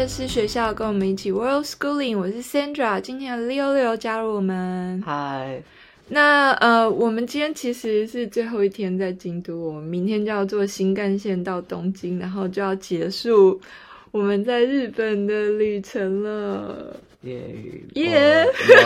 认识学校，跟我们一起 World Schooling。我是 Sandra， 今天的666加入我们。 嗨。 那我们今天其实是最后一天在京都，我们明天就要坐新干线到东京，然后就要结束我们在日本的旅程了。耶！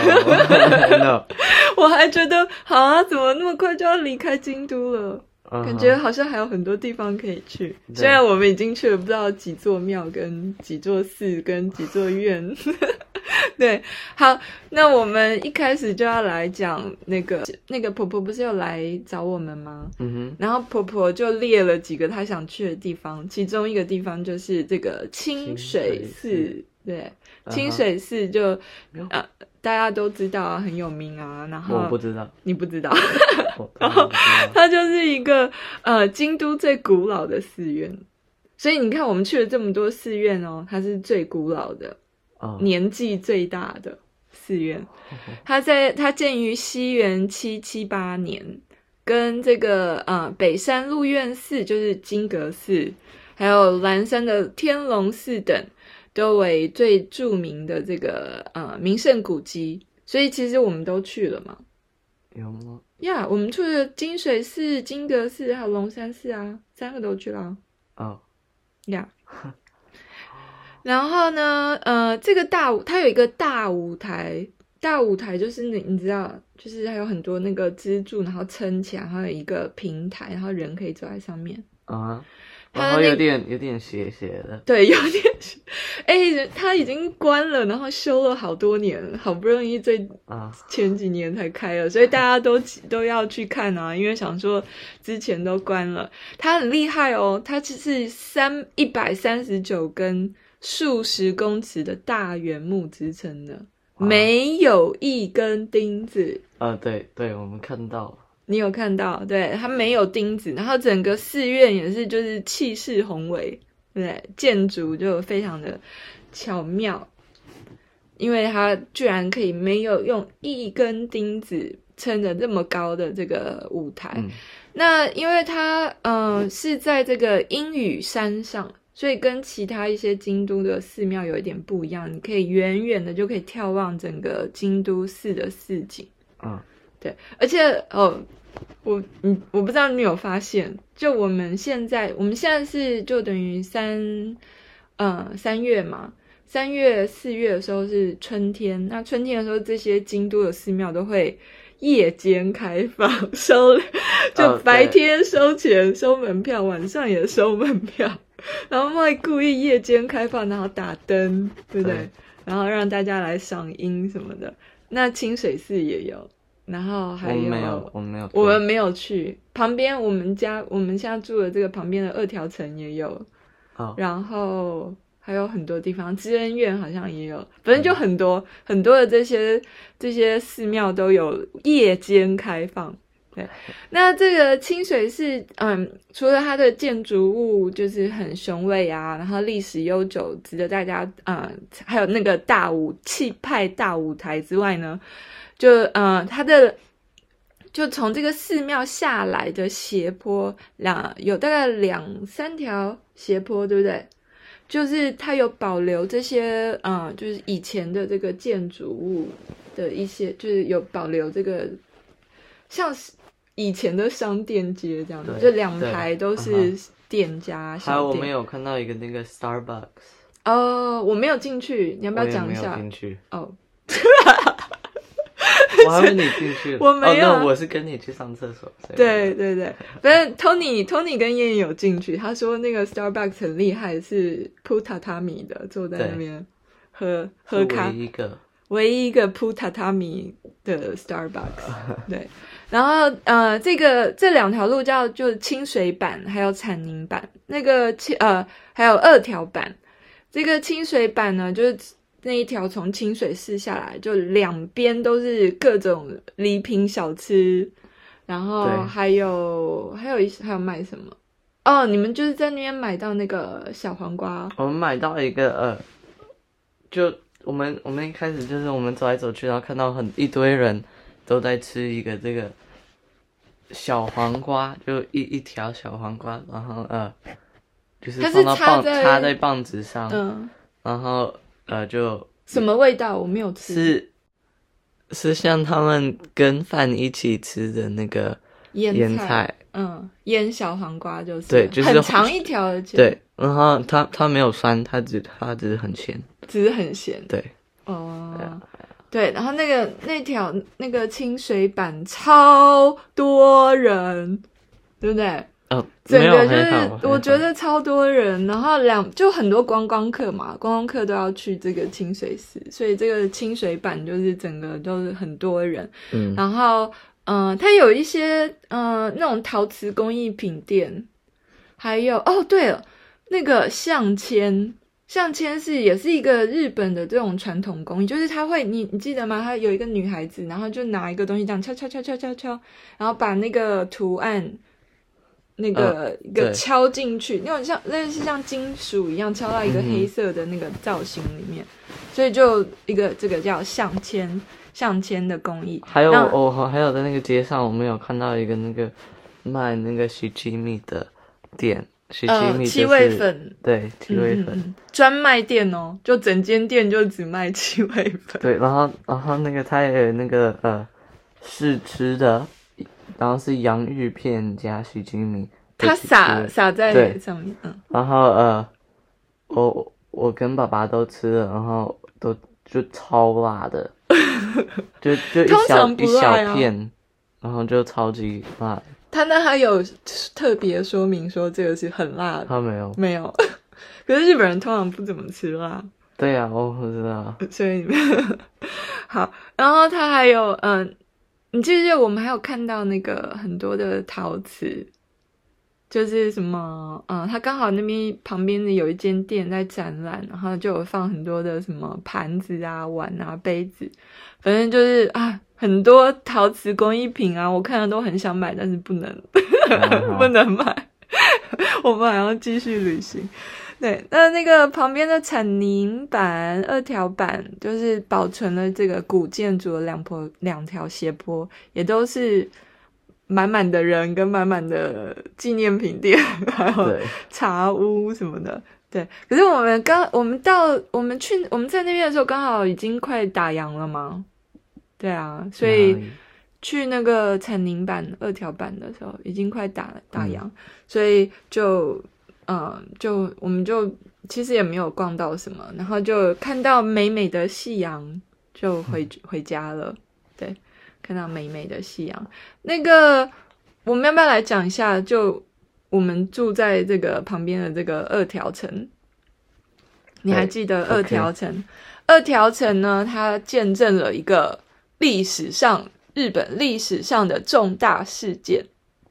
No， 我还觉得怎么那么快就要离开京都了？感觉好像还有很多地方可以去。虽然我们已经去了不知道几座庙跟几座寺跟几座院。对，好，那我们一开始就要来讲那个婆婆不是有来找我们吗？然后婆婆就列了几个她想去的地方，其中一个地方就是这个清水寺。对，清水寺就大家都知道啊，很有名啊。然后我不知道， 你不知道。然后它就是一个京都最古老的寺院，所以你看我们去了这么多寺院哦，它是最古老的。年纪最大的寺院，它建于西元778年，跟这个北山鹿苑寺就是金阁寺，还有岚山的天龙寺等，都为最著名的这个名胜古迹。所以其实我们都去了嘛。 有吗？ 呀，我们去了金水寺、金阁寺还有龙山寺啊，3个都去了。呀。然后呢，这个它有一个大舞台，就是你知道，就是还有很多那个支柱，然后撑起来，然后有一个平台，然后人可以坐在上面。 然后有点斜的。对， 有点它已经关了，然后修了好多年，好不容易前几年才开了，所以大家都要去看啊，因为想说之前都关了。它很厉害哦，它是139根数十公尺的大原木支撑的，没有一根钉子。 对，我们看到了。 你有看到？对，它没有钉子，然后整个寺院也是就是气势宏伟，对，建筑就非常的巧妙，因为它居然可以没有用一根钉子撑着这么高的这个舞台。那因为它是在这个阴雨山上，所以跟其他一些京都的寺庙有一点不一样，你可以远远的就可以眺望整个京都寺的寺景。对，而且我不知道你有发现，就我们现在是就等于3月嘛，3月4月的时候是春天，那春天的时候这些京都的寺庙都会夜间开放就白天收钱收门票，晚上也收门票，然后会故意夜间开放，然后打灯，对不对？然后让大家来赏樱什么的。那清水寺也有，然后还有我们没有去。旁边我们现在住的这个旁边的2条城也有，然后还有很多地方，知恩院好像也有，反正就很多很多的这些寺庙都有夜间开放。对，那这个清水寺，除了它的建筑物就是很雄伟啊，然后历史悠久，值得大家还有那个气派大舞台之外呢，就它的就从这个寺庙下来的斜坡有大概2-3条斜坡，对不对？就是它有保留这些就是以前的这个建筑物的一些，就是有保留这个像是以前的商店街这样子，就2排都是店家小店。 还有我们有看到一个那个 Starbucks。 我没有进去，你要不要讲一下？ 我也没有进去。 我还以为你进去了。 我没有。 那我是跟你去上厕所。 对，反正 Tony 跟燕燕有进去，他说那个 Starbucks 很厉害，是铺榻榻米的，坐在那边喝咖，唯一一个铺榻榻米的 Starbucks。对，然后这2条路就是清水板还有产宁板，那个还有2条板。这个清水板呢，就是那一条从清水寺下来，就2边都是各种礼品小吃，然后还有卖什么？你们就是在那边买到那个小黄瓜。 我们买到一个就我们一开始就是我们走来走去，然后看到一堆人都在吃一个这个小黄瓜，就一条小黄瓜，然后就是放到插在棒子上， 然后就什么味道？我没有吃。 是像他们跟饭一起吃的那个腌菜， 腌小黄瓜就是， 对，就是很长一条的。 对，然后它没有酸，它只是很咸， 只是很咸。 对， 对，然后那条那个清水板超多人，对不对？整个就是我觉得超多人，然后就很多观光客嘛，观光客都要去这个清水寺，所以这个清水板就是整个都是很多人。然后它有一些那种陶瓷工艺品店，还有对了，那个象签也是一个日本的这种传统工艺，就是它会你记得吗？它有一个女孩子，然后就拿一个东西这样敲敲敲敲敲敲，然后把那个图案那个一个敲进去，那种类似像金属一样敲到一个黑色的那个造型里面，所以就一个这个叫象签的工艺。 还有在那个街上，我们有看到一个那个卖那个西吉米的店。 七味粉， 对，七味粉专卖店哦，就整间店就只卖七味粉。 对，然后那个它也有那个试吃的，然后是洋芋片加西吉米， 它撒在上面， 然后我跟爸爸都吃了，然后就超辣的，就一小片，然后就超级辣的。 他有特别说明说这个是很辣的， 他没有， 可是日本人通常不怎么吃辣。 对呀，我不知道。 所以好，然后他还有你记不记得我们还有看到那个很多的陶瓷，就是什么他刚好那边旁边的有一间店在展览，然后就有放很多的什么盘子啊、碗啊、杯子，反正就是很多陶瓷工艺品啊，我看了都很想买，但是不能不能买，我们还要继续旅行。对，那个旁边的产泥板2条板，就是保存了这个古建筑的两条斜坡，也都是满满的人跟满满的纪念品店，还有茶屋什么的。对，可是我们在那边的时候，刚好已经快打烊了嘛。对啊，所以去那个产泥板2条板的时候，已经快打烊，所以就我们就其实也没有逛到什么，然后就看到美美的夕阳，就回家了。对，看到美美的夕阳。那个我们要不要来讲一下？就我们住在这个旁边的这个2条城，你还记得2条城？2条城呢，它见证了一个日本历史上的重大事件。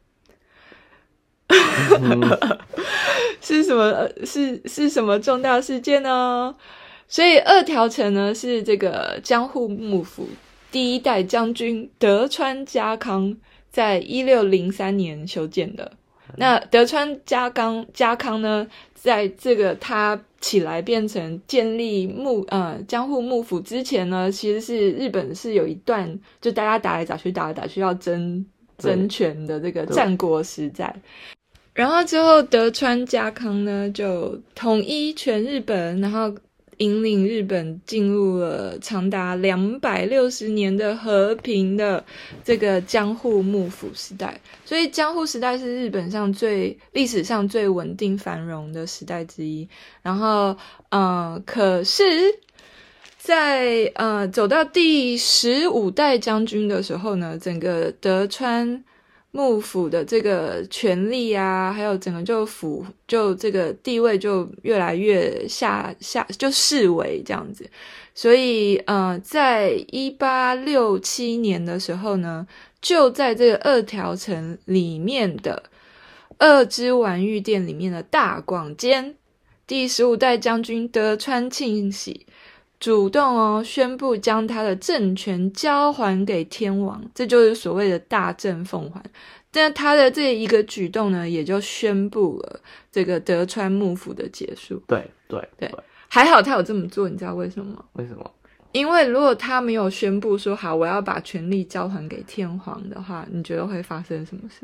是什么？是什么重大事件呢？所以2条城呢是这个江户幕府第1代将军德川家康在1603年修建的。那德川家康呢，在这个他起来变成建立江户幕府之前呢，其实是日本是有一段就大家打来打去要争权的这个战国时代。然后之后德川家康呢就统一全日本，然后引领日本进入了长达260年的和平的这个江户幕府时代。所以江户时代是日本上历史上最稳定繁荣的时代之一。然后可是在走到第15代将军的时候呢，整个德川幕府的这个权力啊，还有整个就这个地位就越来越下就式微这样子。所以在1867年的时候呢，就在这个2条城里面的2之丸御殿里面的大广间，第15代将军德川庆喜主动宣布将他的政权交还给天皇，这就是所谓的大政奉还。但他的这一个举动呢，也就宣布了这个德川幕府的结束。 对， 还好他有这么做，你知道为什么吗？ 为什么？ 因为如果他没有宣布说好我要把权力交还给天皇的话，你觉得会发生什么事？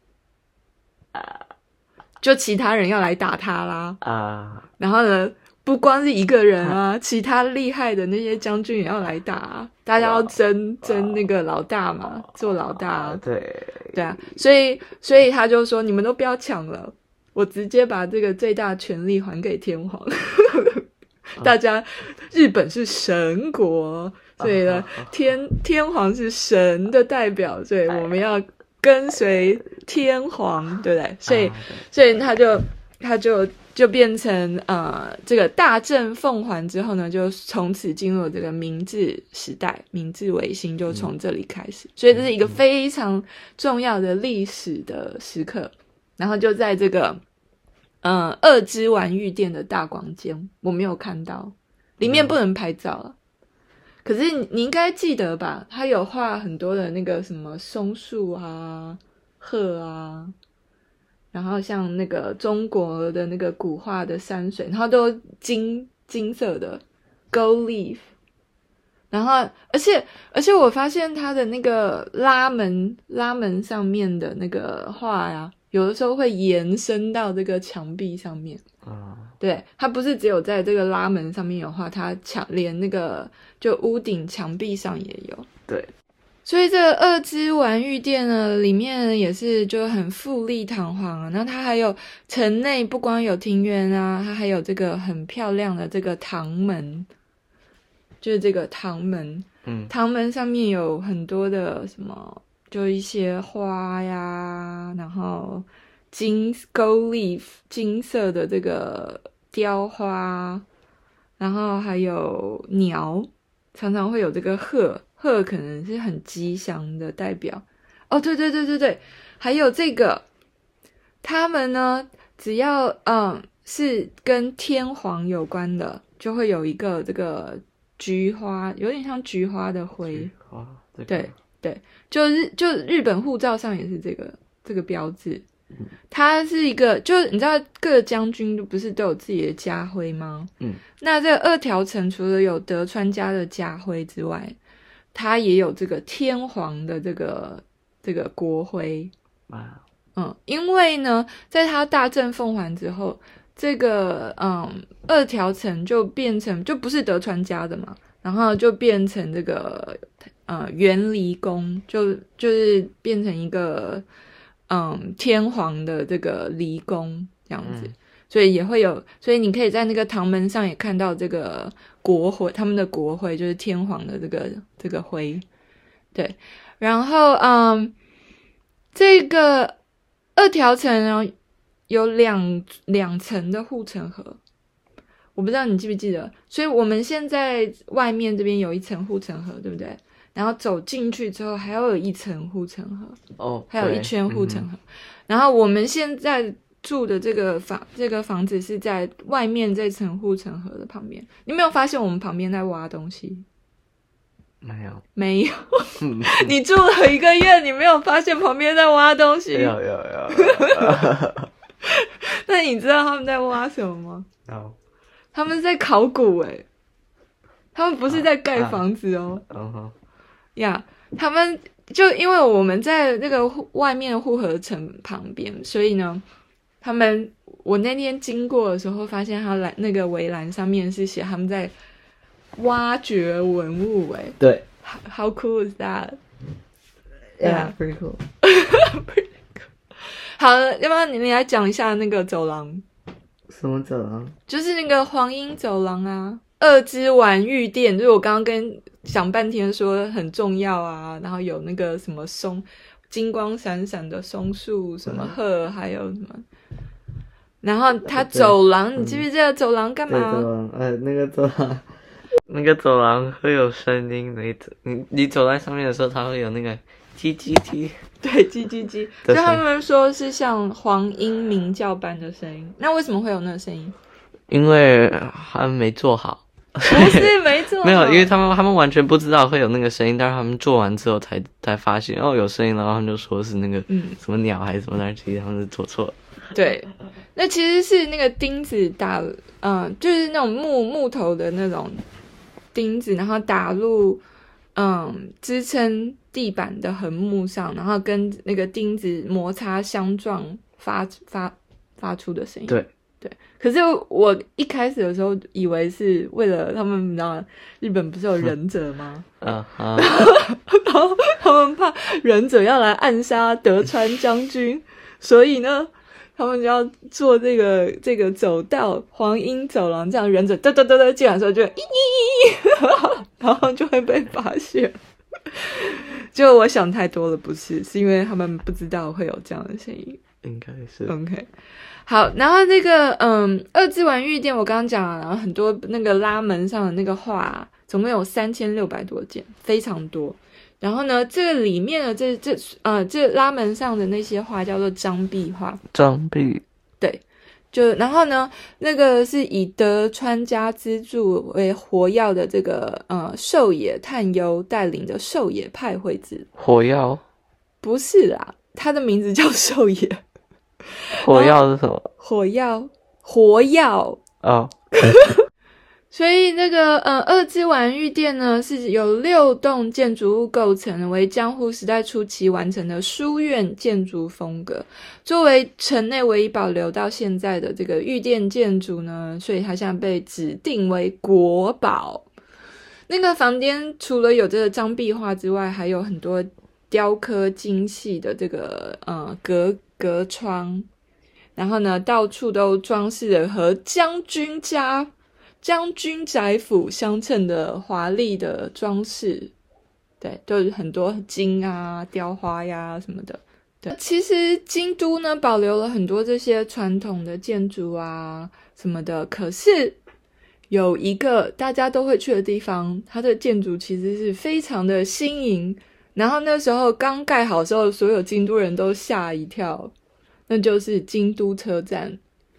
就其他人要来打他啦。然后呢， 不光是一个人啊，其他厉害的那些将军也要来打啊，大家要争那个老大嘛，做老大啊。对啊，所以他就说你们都不要抢了，我直接把这个最大权力还给天皇。大家，日本是神国，所以呢，天皇是神的代表，所以我们要跟随天皇，对不对？所以他就变成这个大政奉还之后呢，就从此进入了这个明治时代，明治维新就从这里开始，所以这是一个非常重要的历史的时刻。然后就在这个二之丸御殿的大广间，我没有看到，里面不能拍照了。可是你应该记得吧？他有画很多的那个什么松树啊、鹤啊，然后像那个中国的那个古画的山水，然后都金色的 gold leaf。然后而且我发现他的那个拉门上面的那个画呀，有的时候会延伸到这个墙壁上面。对，它不是只有在这个拉门上面有画，它连那个就屋顶墙壁上也有。 对， 所以这个二之丸御殿呢，里面也是就很富丽堂皇啊。然后它还有城内不光有庭园啊，它还有这个很漂亮的这个堂门，就是这个堂门。堂门上面有很多的什么，就一些花呀，然后gold leaf 金色的这个雕花，然后还有鸟，常常会有这个鹤可能是很吉祥的代表。对，还有这个他们呢，只要是跟天皇有关的，就会有一个这个菊花，有点像菊花的徽。对，就日本护照上也是这个标志。它是一个，就你知道各将军不是都有自己的家徽吗？那这个二条城除了有德川家的家徽之外，它也有这个天皇的这个国徽。因为呢，在他大政奉还之后，这个二条城就变成就不是德川家的嘛，然后就变成这个源离宫，就是变成一个天皇的这个离宫这样子。所以也会有，所以你可以在那个堂门上也看到这个国徽，他们的国徽就是天皇的这个徽。对，然后这个二条城呢有两层的护城河，我不知道你记不记得。所以我们现在外面这边有一层护城河，对不对？然后走进去之后还要有一层护城河，还有一圈护城河。然后我们现在住的这个房子是在外面这层护城河的旁边。你没有发现我们旁边在挖东西？没有你住了1个月，你没有发现旁边在挖东西？有那你知道他们在挖什么吗？他们在考古他们不是在盖房子他们就因为我们在那个外面护河城旁边，所以呢我那天经过的时候发现他那个围栏上面是写他们在挖掘文物对 How cool is that? Yeah, pretty cool. 好了，要不然你来讲一下那个走廊。 什么走廊？ 就是那个黄阴走廊啊，二之丸御殿，就是我刚刚跟想半天说很重要啊，然后有那个什么金光闪闪的松树，什么鹤，还有什么。然后它走廊，你记不记得走廊干嘛？ 那个走廊会有声音的，你走在上面的时候，它会有那个叽叽叽， 对，叽叽叽，就他们说是像黄莺鸣叫般的声音。那为什么会有那个声音？ 因为他们没做好。 不是没做好， 没有，因为他们完全不知道会有那个声音，但是他们做完之后才发现有声音，然后他们就说是那个什么鸟还是什么东西，他们是做错了。 对，那其实是那个钉子打，就是那种木头的那种钉子，然后打入支撑地板的横木上，然后跟那个钉子摩擦相撞发出的声音。 对， 可是我一开始的时候以为是为了他们，你知道日本不是有忍者吗？然后他们怕忍者要来暗杀德川将军，所以呢，他们就要做这个走道黄莺走廊，这样忍者嘚进来的时候就然后就会被发现。就我想太多了，不是因为他们不知道会有这样的声音， 应该是 OK。好，然后这个二之丸御殿我刚刚讲了，然后很多那个拉门上的那个画，总共有3600多件，非常多。然后呢，这个里面的这拉门上的那些画叫做张壁画。 张壁， 对，然后呢，那个是以德川家资助为活跃的这个狩野探幽带领的狩野派绘制。 火药？ 不是啦，他的名字叫狩野。 火药是什么？ 火药哦。 所以那个二之丸御殿呢是由6栋建筑物构成，为江户时代初期完成的书院建筑风格，作为城内唯一保留到现在的这个御殿建筑呢，所以它现在被指定为国宝。那个房间除了有这个张壁画之外，还有很多雕刻精细的这个隔窗，然后呢到处都装饰了和将军宅府相称的华丽的装饰，对，就是很多金啊、雕花呀什么的。对，其实京都呢保留了很多这些传统的建筑啊什么的，可是有一个大家都会去的地方，它的建筑其实是非常的新颖，然后那时候刚盖好的时候，所有京都人都吓一跳，那就是京都车站。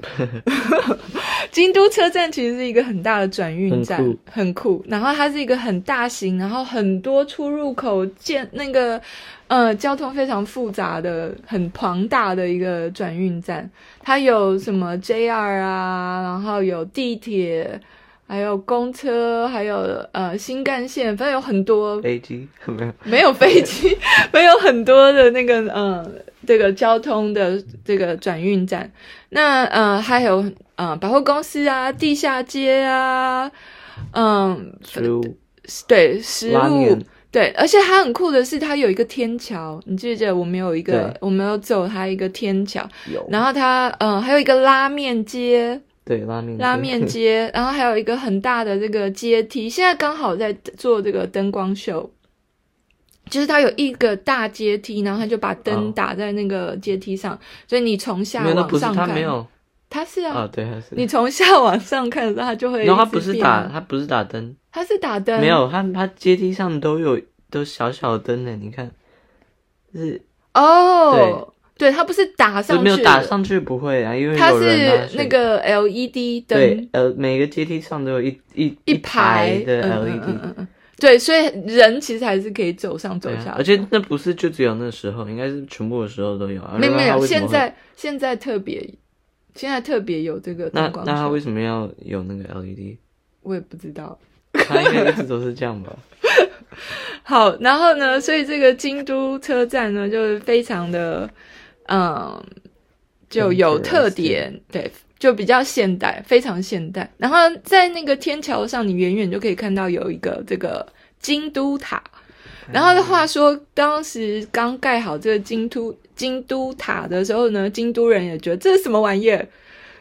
京都车站其实是一个很大的转运站，很酷。然后它是一个很大型，然后很多出入口交通非常复杂的、很庞大的一个转运站。它有什么 JR 啊，然后有地铁，还有公车，还有新干线，反正有很多飞机， 没有飞机，没有很多的那个这个交通的这个转运站。那还有百货公司啊，地下街啊，对，食物，对，而且它很酷的是，它有一个天桥，你记不记得我们有走它一个天桥，然后它还有一个拉面街。 对，拉面街，然后还有一个很大的这个阶梯，现在刚好在做这个灯光秀，就是它有一个大阶梯，然后它就把灯打在那个阶梯上，所以你从下往上看， 它没有， 它是啊， 对，它是。你从下往上看的时候，它就会， 然后它不是打灯， 它是打灯， 没有，它阶梯上都小小的灯呢，你看，是对，它不是打上去， 没有打上去不会啊，因为它是那个 LED 灯， 对，每个阶梯上都有一排的 LED， 对，所以人其实还是可以走上走下， 而且那不是就只有那时候，应该是全部的时候都有啊。 没有，现在特别有这个灯光。 那他为什么要有那个 LED？ 我也不知道， 他应该一直都是这样吧。 好，然后呢，所以这个京都车站呢，就是非常的就有特点，对，就比较现代，非常现代。然后在那个天桥上，你远远就可以看到有一个这个京都塔。然后话说，当时刚盖好这个京都塔的时候呢，京都人也觉得这是什么玩意儿，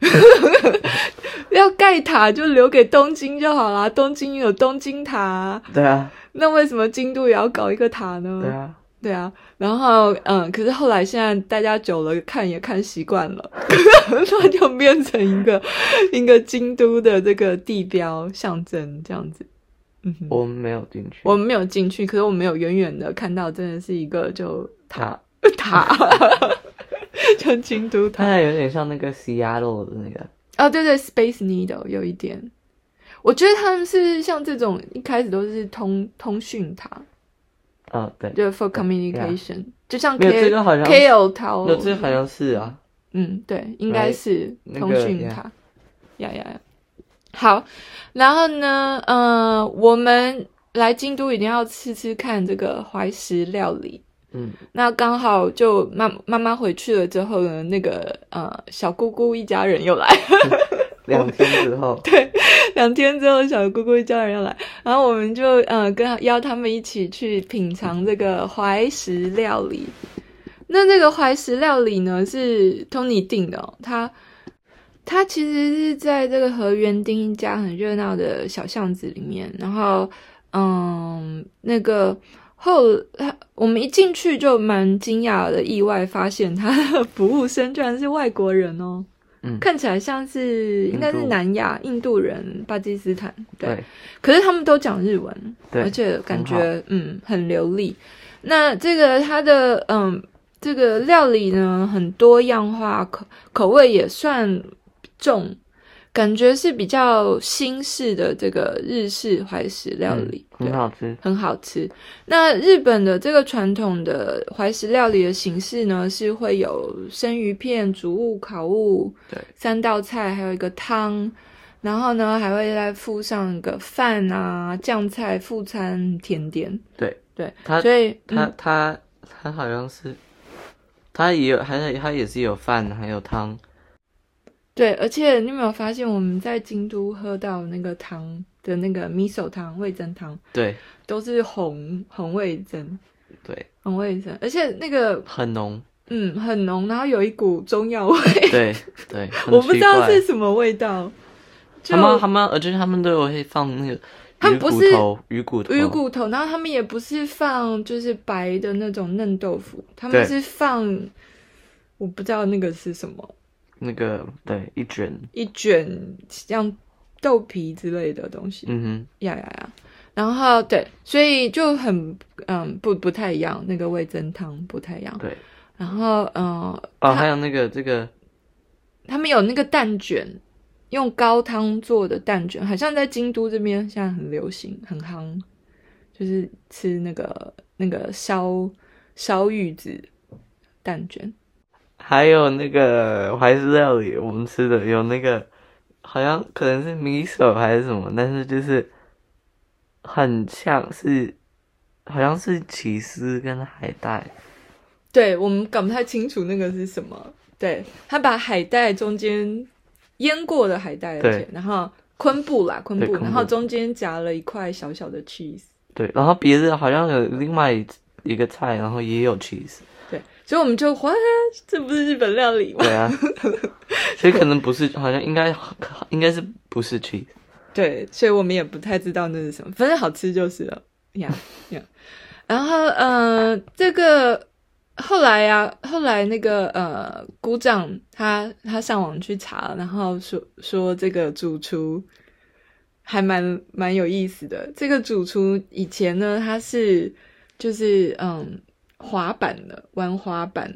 要盖塔就留给东京就好啦，东京有东京塔。 对啊， 那为什么京都也要搞一个塔呢？对啊，然后可是后来现在大家久了看也看习惯了，它就变成一个京都的这个地标象征这样子。 我们没有进去， 可是我们有远远的看到，真的是一个就塔，就京都塔， 它有点像那个 Seattle 的那个。 对 ，Space Needle 有一点。我觉得他们是像这种一开始都是通讯塔。 对， 就 for communication， 就像 KL Tower， 这好像是啊。 对，应该是通讯塔。好，然后呢，我们来京都一定要吃吃看这个怀石料理。 那刚好就妈妈回去了之后呢，那个小姑姑一家人又来 2天之后对，2天之后小姑姑一家人要来，然后我们就邀他们一起去品尝这个怀石料理。那这个怀石料理呢是 Tony 订的哦，他其实是在这个河园町一家很热闹的小巷子里面，然后那个我们一进去就蛮惊讶的，意外发现他的服务生居然是外国人哦。看起来像是应该是南亚印度人、巴基斯坦，对，可是他们都讲日文，而且感觉很流利。那这个他的这个料理呢很多样化，口味也算重，感觉是比较新式的这个日式怀石料理， 很好吃， 很好吃。那日本的这个传统的怀石料理的形式呢，是会有生鱼片、煮物、烤物， 对 ，3道菜，还有一个汤，然后呢还会再附上一个饭啊、酱菜、副餐、甜点。对，所以他好像是他也有，他也是有饭还有汤。 对，而且你有没有发现我们在京都喝到那个汤的那个 miso 汤、味噌汤， 对， 都是红味噌， 对， 红味噌，而且那个很浓， 很浓，然后有一股中药味， 对， 我不知道是什么味道。 他们，而且他们都有会放那个鱼骨头， 然后他们也不是放就是白的那种嫩豆腐，他们是放我不知道那个是什么。 那个对，一卷像豆皮之类的东西，呀，然后对，所以就很不太一样，那个味噌汤不太一样， 对， 然后还有那个这个， 他们有那个蛋卷，用高汤做的蛋卷，好像在京都这边现在很流行，很夯，就是吃那个烧玉子蛋卷。 还有那个怀石料理，我们吃的有那个，好像可能是miso还是什么，但是就是很像是，好像是起司跟海带。 对，我们搞不太清楚那个是什么。对，他把海带中间腌过的海带，而且然后昆布，然后中间夹了一块小小的 cheese。对， 然后别的好像有另外一个菜，然后也有 cheese。 对，所以我们就这不是日本料理吗？ 对啊，所以可能不是，好像应该是不是 cheese。 对，所以我们也不太知道那是什么，反正好吃就是了。呀。然后这个后来那个姑丈他上网去查，然后说这个主厨还蛮有意思的。这个主厨以前呢，他是就是滑板的，玩滑板。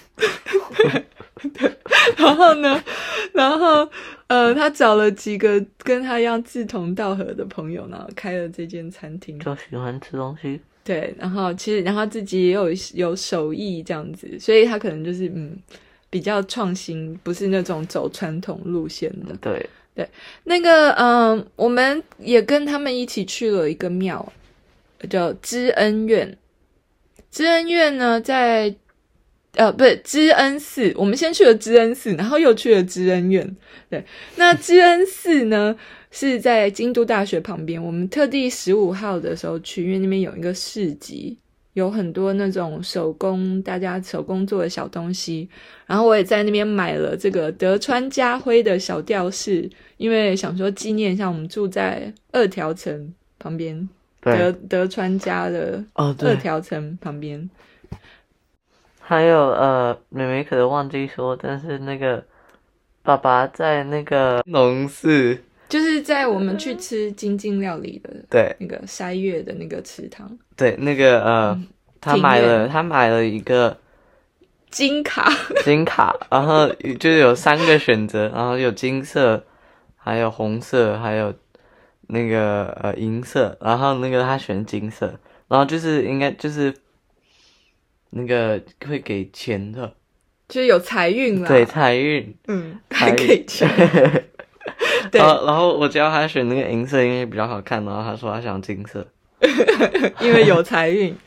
对，然后他找了几个跟他一样志同道合的朋友，然后开了这间餐厅。 就喜欢吃东西。 对，然后自己也有手艺这样子，所以他可能就是比较创新，不是那种走传统路线的。对，那个我们也跟他们一起去了一个庙，叫知恩院。知恩院呢，在不是知恩寺，我们先去了知恩寺，然后又去了知恩院。对，那知恩寺呢是在京都大学旁边，我们特地15号的时候去，因为那边有一个市集，有很多那种大家手工做的小东西，然后我也在那边买了这个德川家辉的小吊饰，因为想说纪念一下我们住在2条城旁边，德川家的2条城旁边。 还有妹妹可能忘记说，但是那个爸爸在那个农寺， 就是在我们去吃精进料理的那个斋月的那个池塘， 对，那个他买了一个金卡， 然后就是有3个选择，然后有金色，还有红色，还有那个银色，然后那个他选金色，然后就是应该就是那个会给钱的， 就是有财运啦。 对，财运， 还给钱。 对，然后我教他选那个银色，因为比较好看，然后他说他想金色， 因为有财运。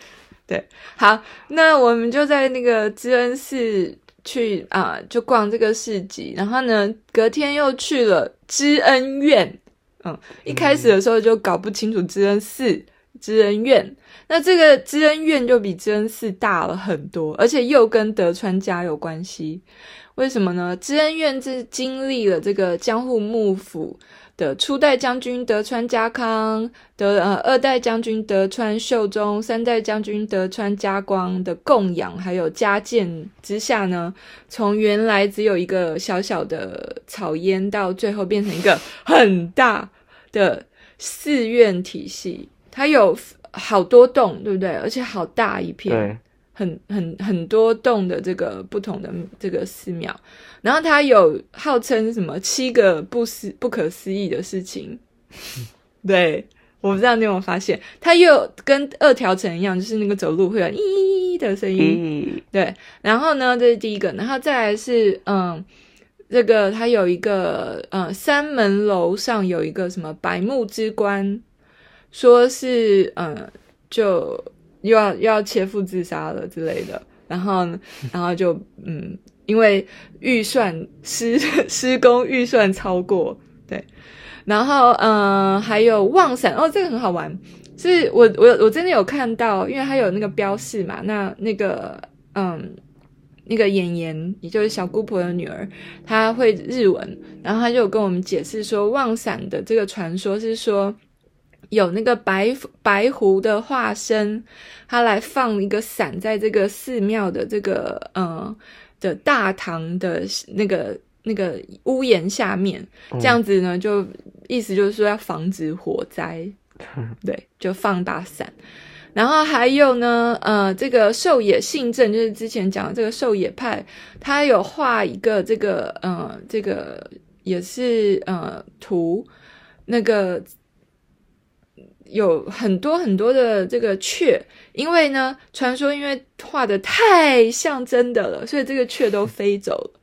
对，好，那我们就在那个知恩寺去就逛这个市集，然后呢，隔天又去了知恩院。一开始的时候就搞不清楚知恩寺、知恩院，那这个知恩院就比知恩寺大了很多，而且又跟德川家有关系。为什么呢？知恩院是经历了这个江户幕府的初代将军德川家康、二代将军德川秀忠、三代将军德川家光的供养还有加建之下呢，从原来只有一个小小的草庵，到最后变成一个很大的寺院体系。它有好多栋，对不对？而且好大一片。 对， 很多栋的这个不同的这个寺庙，然后它有号称什么7个不可思议的事情。对，我不知道你有没有发现，它又跟2条城一样，就是那个走路会有咦的声音。对，然后呢，这是第一个，然后再来是这个它有一个山门楼上有一个什么百目之棺，说是就又要切腹自杀了之类的，然后就因为预算施工预算超过，对，然后还有望伞这个很好玩，是我真的有看到，因为它有那个标示嘛，那个妍妍，也就是小姑婆的女儿，她会日文，然后她就有跟我们解释说，望伞的这个传说是说，有那个白狐的化身，他来放一个伞在这个寺庙的这个的大堂的那个屋檐下面，这样子呢，就意思就是说要防止火灾，对，就放大伞。然后还有呢，这个狩野信正，就是之前讲的这个狩野派，他有画一个这个也是图，那个有很多很多的这个雀，因为呢，传说因为画的太像真的了，所以这个雀都飞走了。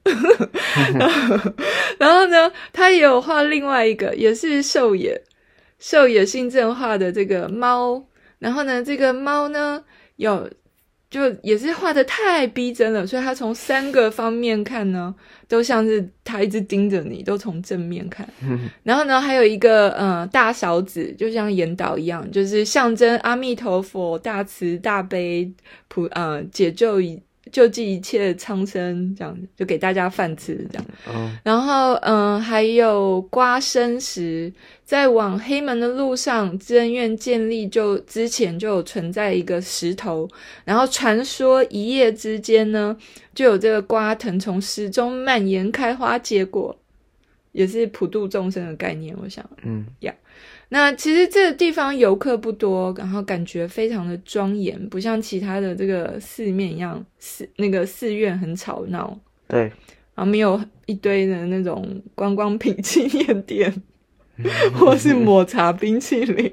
然后呢，他也有画另外一个，也是狩野信正画的这个猫。然后呢，这个猫呢，就也是画的太逼真了，所以它从3个方面看呢，都像是它一直盯着你，都从正面看。然后呢，还有一个大勺子，就像岩岛一样，就是象征阿弥陀佛大慈大悲解救济一切苍生，这样就给大家饭吃这样。然后还有瓜生石，在往黑门的路上，知恩院建立之前就有存在一个石头，然后传说一夜之间呢，就有这个瓜藤从石中蔓延开花结果，也是普度众生的概念，我想。那其实这个地方游客不多，然后感觉非常的庄严，不像其他的这个寺面一样，那个寺院很吵闹。 对， 然后没有一堆的那种观光品纪念店，或是抹茶冰淇淋。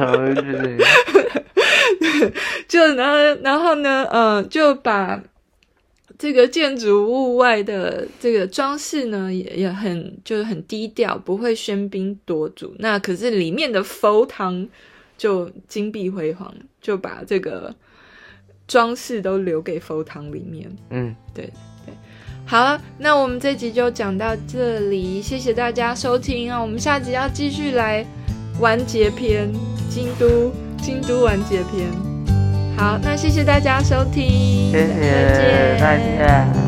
然后呢，就把这个建筑物外的这个装饰呢，也就是很低调，不会喧宾夺主。那可是里面的佛堂就金碧辉煌，就把这个装饰都留给佛堂里面。对。好了，那我们这集就讲到这里，谢谢大家收听啊！我们下集要继续来完结篇，京都完结篇。好，那谢谢大家收听， 谢谢大家。